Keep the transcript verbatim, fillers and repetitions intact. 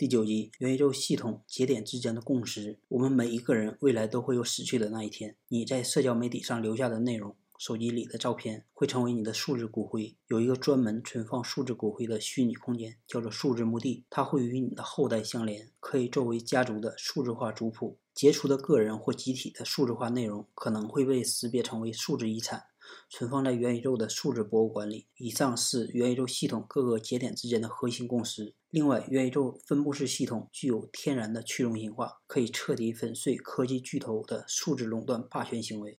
第九集，元宇宙系统节点之间的共识。我们每一个人未来都会有死去的那一天。你在社交媒体上留下的内容，手机里的照片会成为你的数字骨灰。有一个专门存放数字骨灰的虚拟空间，叫做数字墓地，它会与你的后代相连，可以作为家族的数字化族谱。杰出的个人或集体的数字化内容可能会被识别成为数字遗产，存放在元宇宙的数字博物馆里。以上是元宇宙系统各个节点之间的核心共识。另外，元宇宙分布式系统具有天然的去中心化，可以彻底粉碎科技巨头的数字垄断霸权行为。